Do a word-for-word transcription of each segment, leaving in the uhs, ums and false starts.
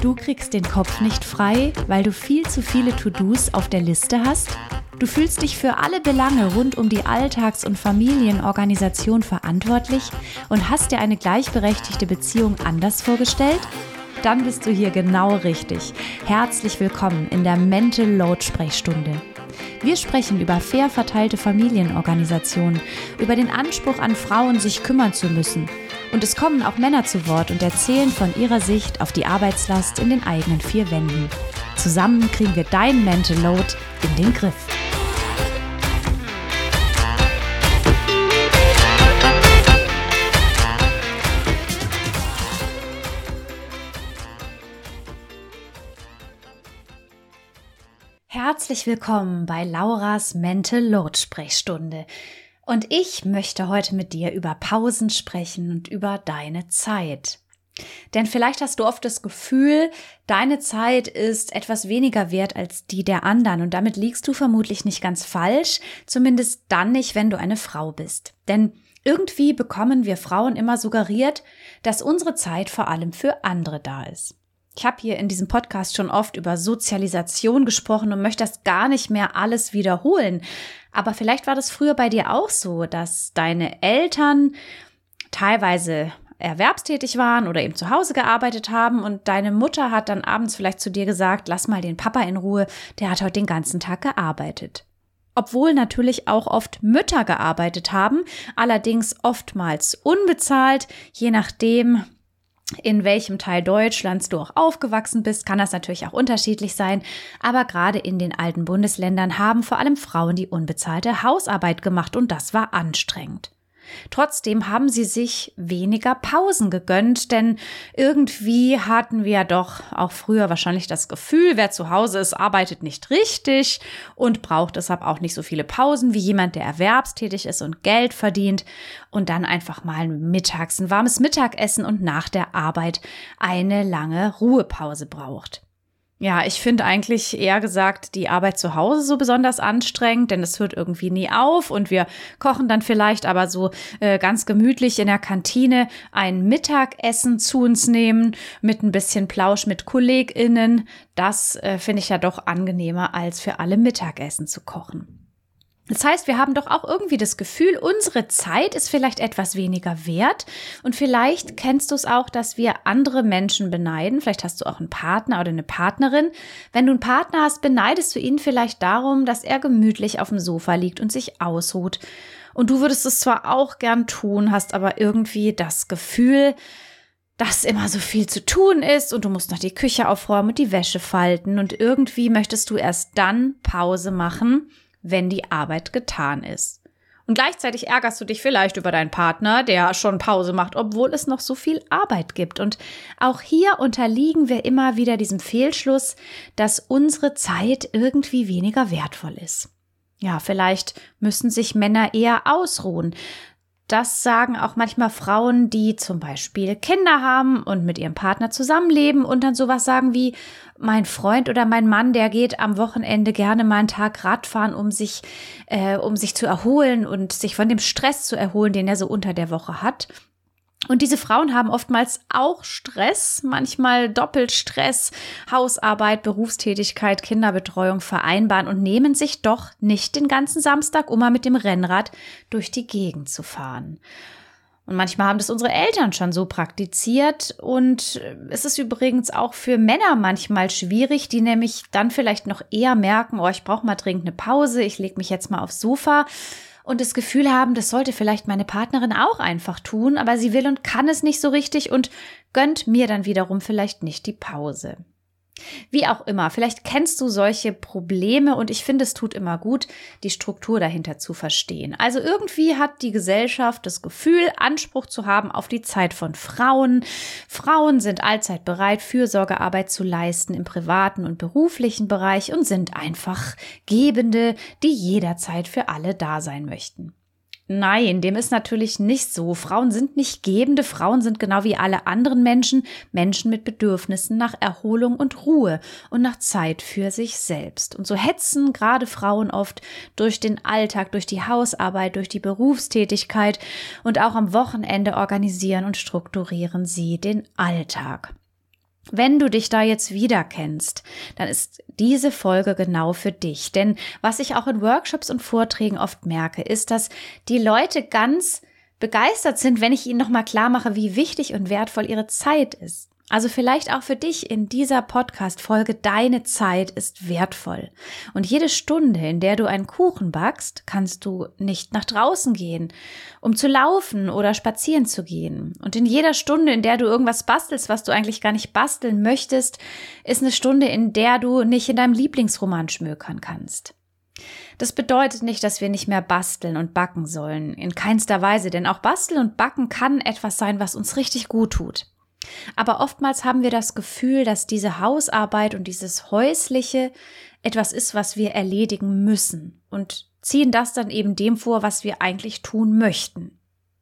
Du kriegst den Kopf nicht frei, weil du viel zu viele To-Dos auf der Liste hast? Du fühlst dich für alle Belange rund um die Alltags- und Familienorganisation verantwortlich und hast dir eine gleichberechtigte Beziehung anders vorgestellt? Dann bist du hier genau richtig. Herzlich willkommen in der Mental Load Sprechstunde. Wir sprechen über fair verteilte Familienorganisationen, über den Anspruch an Frauen, sich kümmern zu müssen. Und es kommen auch Männer zu Wort und erzählen von ihrer Sicht auf die Arbeitslast in den eigenen vier Wänden. Zusammen kriegen wir dein Mental Load in den Griff. Herzlich willkommen bei Lauras Mental Load Sprechstunde. Und ich möchte heute mit dir über Pausen sprechen und über deine Zeit. Denn vielleicht hast du oft das Gefühl, deine Zeit ist etwas weniger wert als die der anderen. Und damit liegst du vermutlich nicht ganz falsch, zumindest dann nicht, wenn du eine Frau bist. Denn irgendwie bekommen wir Frauen immer suggeriert, dass unsere Zeit vor allem für andere da ist. Ich habe hier in diesem Podcast schon oft über Sozialisation gesprochen und möchte das gar nicht mehr alles wiederholen. Aber vielleicht war das früher bei dir auch so, dass deine Eltern teilweise erwerbstätig waren oder eben zu Hause gearbeitet haben und deine Mutter hat dann abends vielleicht zu dir gesagt, lass mal den Papa in Ruhe, der hat heute den ganzen Tag gearbeitet. Obwohl natürlich auch oft Mütter gearbeitet haben, allerdings oftmals unbezahlt, je nachdem, in welchem Teil Deutschlands du auch aufgewachsen bist, kann das natürlich auch unterschiedlich sein. Aber gerade in den alten Bundesländern haben vor allem Frauen die unbezahlte Hausarbeit gemacht und das war anstrengend. Trotzdem haben sie sich weniger Pausen gegönnt, denn irgendwie hatten wir doch auch früher wahrscheinlich das Gefühl, wer zu Hause ist, arbeitet nicht richtig und braucht deshalb auch nicht so viele Pausen wie jemand, der erwerbstätig ist und Geld verdient und dann einfach mal mittags ein warmes Mittagessen und nach der Arbeit eine lange Ruhepause braucht. Ja, ich finde eigentlich eher gesagt die Arbeit zu Hause so besonders anstrengend, denn es hört irgendwie nie auf und wir kochen dann vielleicht aber so äh, ganz gemütlich in der Kantine ein Mittagessen zu uns nehmen mit ein bisschen Plausch mit KollegInnen. Das äh, finde ich ja doch angenehmer, als für alle Mittagessen zu kochen. Das heißt, wir haben doch auch irgendwie das Gefühl, unsere Zeit ist vielleicht etwas weniger wert und vielleicht kennst du es auch, dass wir andere Menschen beneiden. Vielleicht hast du auch einen Partner oder eine Partnerin. Wenn du einen Partner hast, beneidest du ihn vielleicht darum, dass er gemütlich auf dem Sofa liegt und sich ausruht. Und du würdest es zwar auch gern tun, hast aber irgendwie das Gefühl, dass immer so viel zu tun ist und du musst noch die Küche aufräumen und die Wäsche falten und irgendwie möchtest du erst dann Pause machen, wenn die Arbeit getan ist. Und gleichzeitig ärgerst du dich vielleicht über deinen Partner, der schon Pause macht, obwohl es noch so viel Arbeit gibt. Und auch hier unterliegen wir immer wieder diesem Fehlschluss, dass unsere Zeit irgendwie weniger wertvoll ist. Ja, vielleicht müssen sich Männer eher ausruhen. Das sagen auch manchmal Frauen, die zum Beispiel Kinder haben und mit ihrem Partner zusammenleben und dann sowas sagen wie, mein Freund oder mein Mann, der geht am Wochenende gerne mal einen Tag Radfahren, um sich, äh, um sich zu erholen und sich von dem Stress zu erholen, den er so unter der Woche hat. Und diese Frauen haben oftmals auch Stress, manchmal doppelt Stress, Hausarbeit, Berufstätigkeit, Kinderbetreuung vereinbaren und nehmen sich doch nicht den ganzen Samstag, um mal mit dem Rennrad durch die Gegend zu fahren. Und manchmal haben das unsere Eltern schon so praktiziert und es ist übrigens auch für Männer manchmal schwierig, die nämlich dann vielleicht noch eher merken, oh, ich brauche mal dringend eine Pause, ich lege mich jetzt mal aufs Sofa. Und das Gefühl haben, das sollte vielleicht meine Partnerin auch einfach tun, aber sie will und kann es nicht so richtig und gönnt mir dann wiederum vielleicht nicht die Pause. Wie auch immer, vielleicht kennst du solche Probleme und ich finde, es tut immer gut, die Struktur dahinter zu verstehen. Also irgendwie hat die Gesellschaft das Gefühl, Anspruch zu haben auf die Zeit von Frauen. Frauen sind allzeit bereit, Fürsorgearbeit zu leisten im privaten und beruflichen Bereich und sind einfach Gebende, die jederzeit für alle da sein möchten. Nein, dem ist natürlich nicht so. Frauen sind nicht Gebende, Frauen sind genau wie alle anderen Menschen, Menschen mit Bedürfnissen nach Erholung und Ruhe und nach Zeit für sich selbst. Und so hetzen gerade Frauen oft durch den Alltag, durch die Hausarbeit, durch die Berufstätigkeit und auch am Wochenende organisieren und strukturieren sie den Alltag. Wenn du dich da jetzt wiederkennst, dann ist diese Folge genau für dich. Denn was ich auch in Workshops und Vorträgen oft merke, ist, dass die Leute ganz begeistert sind, wenn ich ihnen nochmal klar mache, wie wichtig und wertvoll ihre Zeit ist. Also vielleicht auch für dich in dieser Podcast-Folge, deine Zeit ist wertvoll. Und jede Stunde, in der du einen Kuchen backst, kannst du nicht nach draußen gehen, um zu laufen oder spazieren zu gehen. Und in jeder Stunde, in der du irgendwas bastelst, was du eigentlich gar nicht basteln möchtest, ist eine Stunde, in der du nicht in deinem Lieblingsroman schmökern kannst. Das bedeutet nicht, dass wir nicht mehr basteln und backen sollen, in keinster Weise, denn auch basteln und backen kann etwas sein, was uns richtig gut tut. Aber oftmals haben wir das Gefühl, dass diese Hausarbeit und dieses Häusliche etwas ist, was wir erledigen müssen und ziehen das dann eben dem vor, was wir eigentlich tun möchten.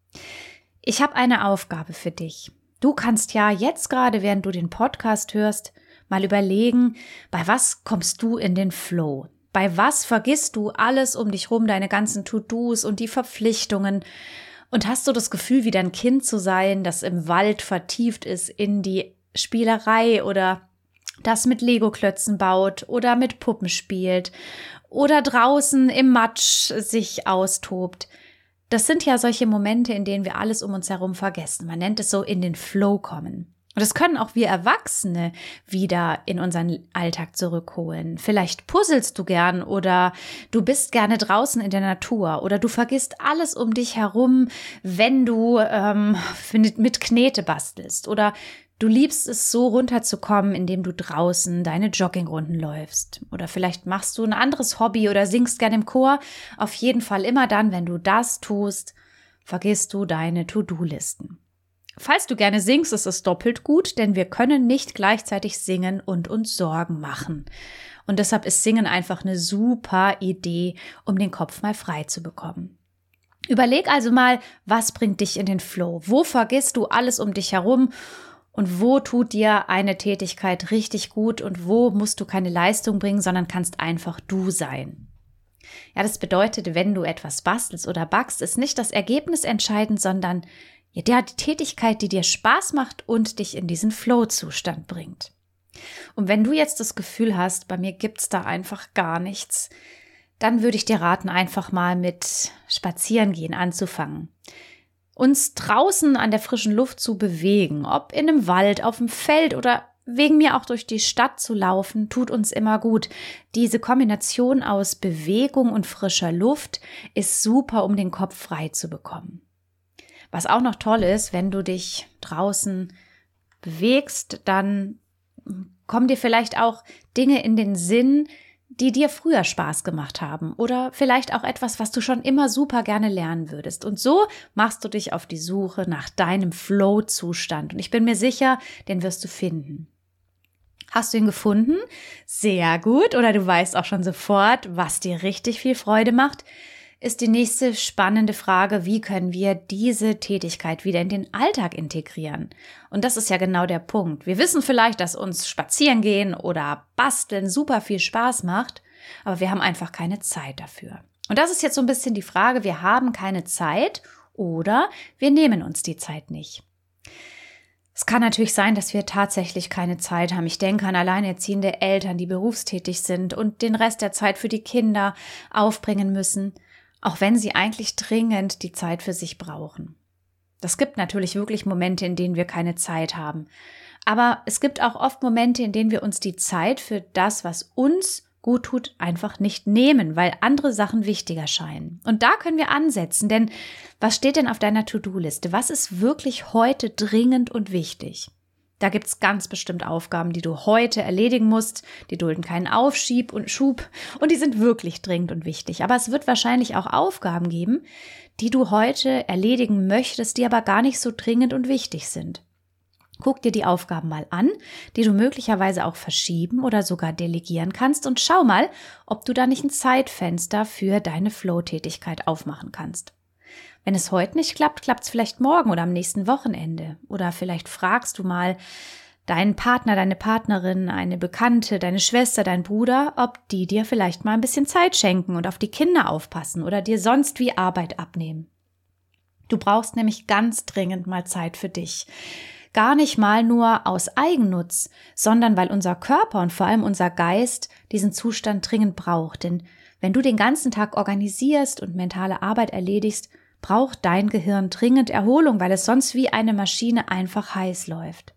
Ich habe eine Aufgabe für dich. Du kannst ja jetzt gerade, während du den Podcast hörst, mal überlegen, bei was kommst du in den Flow? Bei was vergisst du alles um dich rum, deine ganzen To-Dos und die Verpflichtungen? Und hast du das Gefühl, wieder ein Kind zu sein, das im Wald vertieft ist in die Spielerei oder das mit Lego-Klötzen baut oder mit Puppen spielt oder draußen im Matsch sich austobt? Das sind ja solche Momente, in denen wir alles um uns herum vergessen. Man nennt es so in den Flow kommen. Und das können auch wir Erwachsene wieder in unseren Alltag zurückholen. Vielleicht puzzelst du gern oder du bist gerne draußen in der Natur oder du vergisst alles um dich herum, wenn du ähm, mit Knete bastelst oder du liebst es so runterzukommen, indem du draußen deine Joggingrunden läufst oder vielleicht machst du ein anderes Hobby oder singst gerne im Chor. Auf jeden Fall immer dann, wenn du das tust, vergisst du deine To-Do-Listen. Falls du gerne singst, ist es doppelt gut, denn wir können nicht gleichzeitig singen und uns Sorgen machen. Und deshalb ist Singen einfach eine super Idee, um den Kopf mal frei zu bekommen. Überleg also mal, was bringt dich in den Flow? Wo vergisst du alles um dich herum? Und wo tut dir eine Tätigkeit richtig gut? Und wo musst du keine Leistung bringen, sondern kannst einfach du sein? Ja, das bedeutet, wenn du etwas bastelst oder backst, ist nicht das Ergebnis entscheidend, sondern ja, die Tätigkeit, die dir Spaß macht und dich in diesen Flow-Zustand bringt. Und wenn du jetzt das Gefühl hast, bei mir gibt's da einfach gar nichts, dann würde ich dir raten, einfach mal mit Spazierengehen anzufangen. Uns draußen an der frischen Luft zu bewegen, ob in einem Wald, auf dem Feld oder wegen mir auch durch die Stadt zu laufen, tut uns immer gut. Diese Kombination aus Bewegung und frischer Luft ist super, um den Kopf frei zu bekommen. Was auch noch toll ist, wenn du dich draußen bewegst, dann kommen dir vielleicht auch Dinge in den Sinn, die dir früher Spaß gemacht haben oder vielleicht auch etwas, was du schon immer super gerne lernen würdest. Und so machst du dich auf die Suche nach deinem Flow-Zustand. Und ich bin mir sicher, den wirst du finden. Hast du ihn gefunden? Sehr gut. Oder du weißt auch schon sofort, was dir richtig viel Freude macht. Ist die nächste spannende Frage, wie können wir diese Tätigkeit wieder in den Alltag integrieren? Und das ist ja genau der Punkt. Wir wissen vielleicht, dass uns spazieren gehen oder basteln super viel Spaß macht, aber wir haben einfach keine Zeit dafür. Und das ist jetzt so ein bisschen die Frage, wir haben keine Zeit oder wir nehmen uns die Zeit nicht. Es kann natürlich sein, dass wir tatsächlich keine Zeit haben. Ich denke an alleinerziehende Eltern, die berufstätig sind und den Rest der Zeit für die Kinder aufbringen müssen, auch wenn sie eigentlich dringend die Zeit für sich brauchen. Das gibt natürlich wirklich Momente, in denen wir keine Zeit haben. Aber es gibt auch oft Momente, in denen wir uns die Zeit für das, was uns gut tut, einfach nicht nehmen, weil andere Sachen wichtiger scheinen. Und da können wir ansetzen, denn was steht denn auf deiner To-Do-Liste? Was ist wirklich heute dringend und wichtig? Da gibt's ganz bestimmt Aufgaben, die du heute erledigen musst, die dulden keinen Aufschieb und Schub und die sind wirklich dringend und wichtig. Aber es wird wahrscheinlich auch Aufgaben geben, die du heute erledigen möchtest, die aber gar nicht so dringend und wichtig sind. Guck dir die Aufgaben mal an, die du möglicherweise auch verschieben oder sogar delegieren kannst und schau mal, ob du da nicht ein Zeitfenster für deine Flow-Tätigkeit aufmachen kannst. Wenn es heute nicht klappt, klappt es vielleicht morgen oder am nächsten Wochenende. Oder vielleicht fragst du mal deinen Partner, deine Partnerin, eine Bekannte, deine Schwester, dein Bruder, ob die dir vielleicht mal ein bisschen Zeit schenken und auf die Kinder aufpassen oder dir sonst wie Arbeit abnehmen. Du brauchst nämlich ganz dringend mal Zeit für dich. Gar nicht mal nur aus Eigennutz, sondern weil unser Körper und vor allem unser Geist diesen Zustand dringend braucht. Denn wenn du den ganzen Tag organisierst und mentale Arbeit erledigst, braucht dein Gehirn dringend Erholung, weil es sonst wie eine Maschine einfach heiß läuft.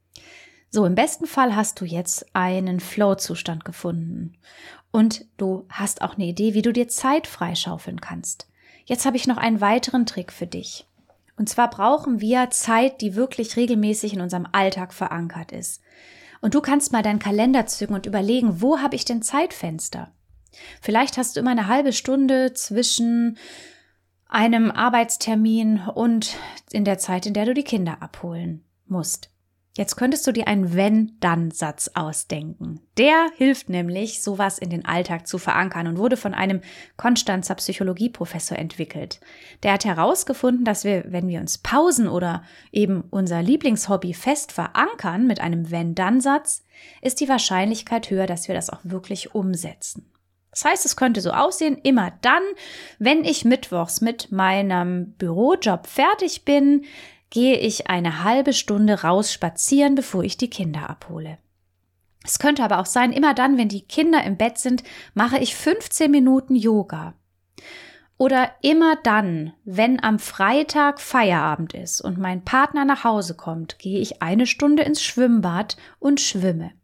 So, im besten Fall hast du jetzt einen Flow-Zustand gefunden und du hast auch eine Idee, wie du dir Zeit freischaufeln kannst. Jetzt habe ich noch einen weiteren Trick für dich. Und zwar brauchen wir Zeit, die wirklich regelmäßig in unserem Alltag verankert ist. Und du kannst mal deinen Kalender zücken und überlegen, wo habe ich denn Zeitfenster? Vielleicht hast du immer eine halbe Stunde zwischen einem Arbeitstermin und in der Zeit, in der du die Kinder abholen musst. Jetzt könntest du dir einen Wenn-Dann-Satz ausdenken. Der hilft nämlich, sowas in den Alltag zu verankern und wurde von einem Konstanzer Psychologieprofessor entwickelt. Der hat herausgefunden, dass wir, wenn wir uns Pausen oder eben unser Lieblingshobby fest verankern mit einem Wenn-Dann-Satz, ist die Wahrscheinlichkeit höher, dass wir das auch wirklich umsetzen. Das heißt, es könnte so aussehen, immer dann, wenn ich mittwochs mit meinem Bürojob fertig bin, gehe ich eine halbe Stunde raus spazieren, bevor ich die Kinder abhole. Es könnte aber auch sein, immer dann, wenn die Kinder im Bett sind, mache ich fünfzehn Minuten Yoga. Oder immer dann, wenn am Freitag Feierabend ist und mein Partner nach Hause kommt, gehe ich eine Stunde ins Schwimmbad und schwimme.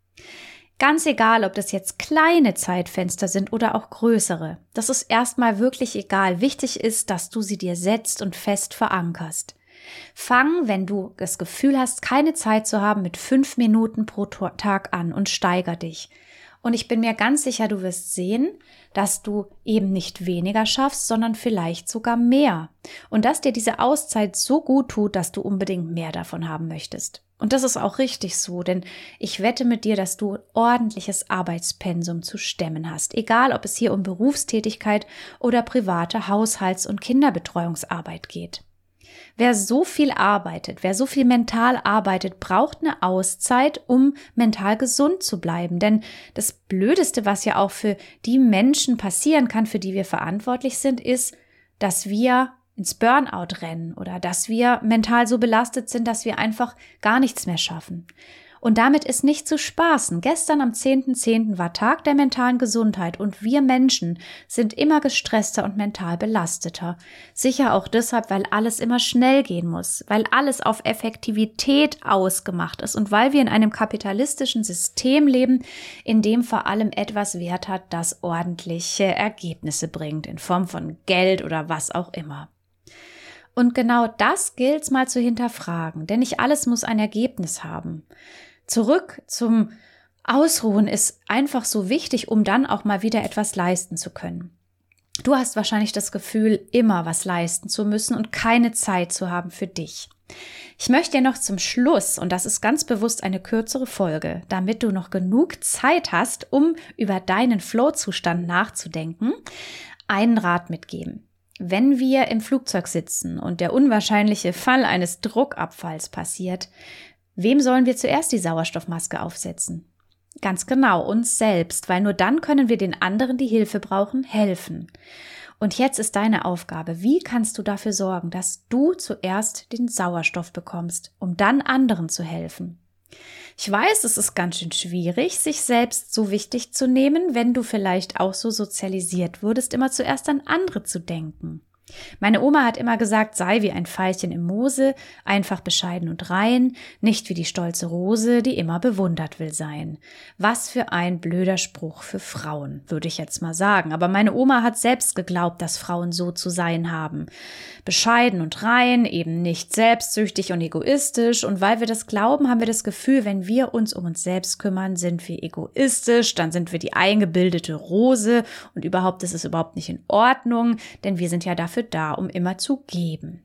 Ganz egal, ob das jetzt kleine Zeitfenster sind oder auch größere. Das ist erstmal wirklich egal. Wichtig ist, dass du sie dir setzt und fest verankerst. Fang, wenn du das Gefühl hast, keine Zeit zu haben, mit fünf Minuten pro Tag an und steiger dich. Und ich bin mir ganz sicher, du wirst sehen, dass du eben nicht weniger schaffst, sondern vielleicht sogar mehr. Und dass dir diese Auszeit so gut tut, dass du unbedingt mehr davon haben möchtest. Und das ist auch richtig so, denn ich wette mit dir, dass du ordentliches Arbeitspensum zu stemmen hast. Egal, ob es hier um Berufstätigkeit oder private Haushalts- und Kinderbetreuungsarbeit geht. Wer so viel arbeitet, wer so viel mental arbeitet, braucht eine Auszeit, um mental gesund zu bleiben. Denn das Blödeste, was ja auch für die Menschen passieren kann, für die wir verantwortlich sind, ist, dass wir ins Burnout rennen oder dass wir mental so belastet sind, dass wir einfach gar nichts mehr schaffen. Und damit ist nicht zu spaßen. Gestern am zehnten zehnten war Tag der mentalen Gesundheit und wir Menschen sind immer gestresster und mental belasteter. Sicher auch deshalb, weil alles immer schnell gehen muss, weil alles auf Effektivität ausgemacht ist und weil wir in einem kapitalistischen System leben, in dem vor allem etwas Wert hat, das ordentliche Ergebnisse bringt, in Form von Geld oder was auch immer. Und genau das gilt's mal zu hinterfragen, denn nicht alles muss ein Ergebnis haben. Zurück zum Ausruhen ist einfach so wichtig, um dann auch mal wieder etwas leisten zu können. Du hast wahrscheinlich das Gefühl, immer was leisten zu müssen und keine Zeit zu haben für dich. Ich möchte dir noch zum Schluss, und das ist ganz bewusst eine kürzere Folge, damit du noch genug Zeit hast, um über deinen Flow-Zustand nachzudenken, einen Rat mitgeben. Wenn wir im Flugzeug sitzen und der unwahrscheinliche Fall eines Druckabfalls passiert, wem sollen wir zuerst die Sauerstoffmaske aufsetzen? Ganz genau, uns selbst, weil nur dann können wir den anderen, die Hilfe brauchen, helfen. Und jetzt ist deine Aufgabe, wie kannst du dafür sorgen, dass du zuerst den Sauerstoff bekommst, um dann anderen zu helfen? Ich weiß, es ist ganz schön schwierig, sich selbst so wichtig zu nehmen, wenn du vielleicht auch so sozialisiert wurdest, immer zuerst an andere zu denken. Meine Oma hat immer gesagt, sei wie ein Veilchen im Moose, einfach bescheiden und rein, nicht wie die stolze Rose, die immer bewundert will sein. Was für ein blöder Spruch für Frauen, würde ich jetzt mal sagen. Aber meine Oma hat selbst geglaubt, dass Frauen so zu sein haben. Bescheiden und rein, eben nicht selbstsüchtig und egoistisch. Und weil wir das glauben, haben wir das Gefühl, wenn wir uns um uns selbst kümmern, sind wir egoistisch, dann sind wir die eingebildete Rose und überhaupt ist es überhaupt nicht in Ordnung, denn wir sind ja dafür da, um immer zu geben.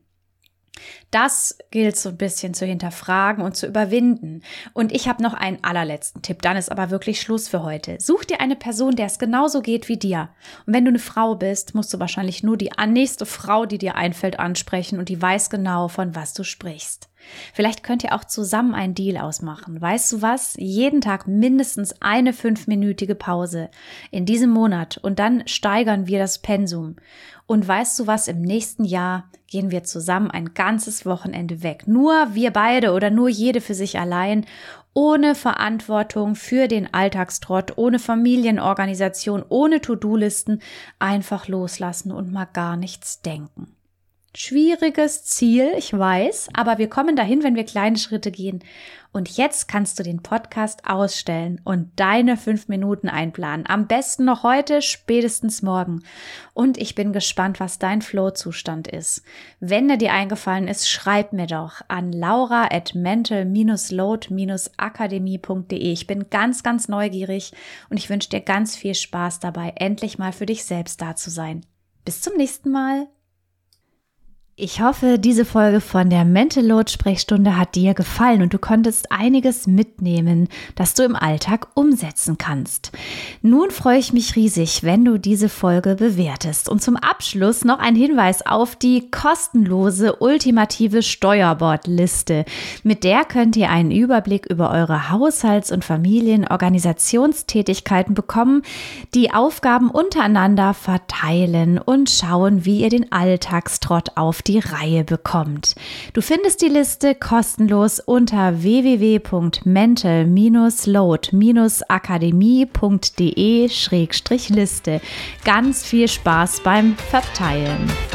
Das gilt so ein bisschen zu hinterfragen und zu überwinden. Und ich habe noch einen allerletzten Tipp, dann ist aber wirklich Schluss für heute. Such dir eine Person, der es genauso geht wie dir. Und wenn du eine Frau bist, musst du wahrscheinlich nur die nächste Frau, die dir einfällt, ansprechen und die weiß genau, von was du sprichst. Vielleicht könnt ihr auch zusammen einen Deal ausmachen. Weißt du was? Jeden Tag mindestens eine fünfminütige Pause in diesem Monat und dann steigern wir das Pensum. Und weißt du was? Im nächsten Jahr gehen wir zusammen ein ganzes Wochenende weg. Nur wir beide oder nur jede für sich allein, ohne Verantwortung für den Alltagstrott, ohne Familienorganisation, ohne To-Do-Listen, einfach loslassen und mal gar nichts denken. Schwieriges Ziel, ich weiß, aber wir kommen dahin, wenn wir kleine Schritte gehen. Und jetzt kannst du den Podcast ausstellen und deine fünf Minuten einplanen. Am besten noch heute, spätestens morgen. Und ich bin gespannt, was dein Flow-Zustand ist. Wenn er dir eingefallen ist, schreib mir doch an laura at mental load akademie punkt de. Ich bin ganz, ganz neugierig und ich wünsche dir ganz viel Spaß dabei, endlich mal für dich selbst da zu sein. Bis zum nächsten Mal. Ich hoffe, diese Folge von der Mental Load Sprechstunde hat dir gefallen und du konntest einiges mitnehmen, das du im Alltag umsetzen kannst. Nun freue ich mich riesig, wenn du diese Folge bewertest. Und zum Abschluss noch ein Hinweis auf die kostenlose ultimative Steuerbordliste. Mit der könnt ihr einen Überblick über eure Haushalts- und Familienorganisationstätigkeiten bekommen, die Aufgaben untereinander verteilen und schauen, wie ihr den Alltagstrott auf die die Reihe bekommt. Du findest die Liste kostenlos unter w w w punkt mental load akademie punkt de Schrägstrich Liste. Ganz viel Spaß beim Verteilen.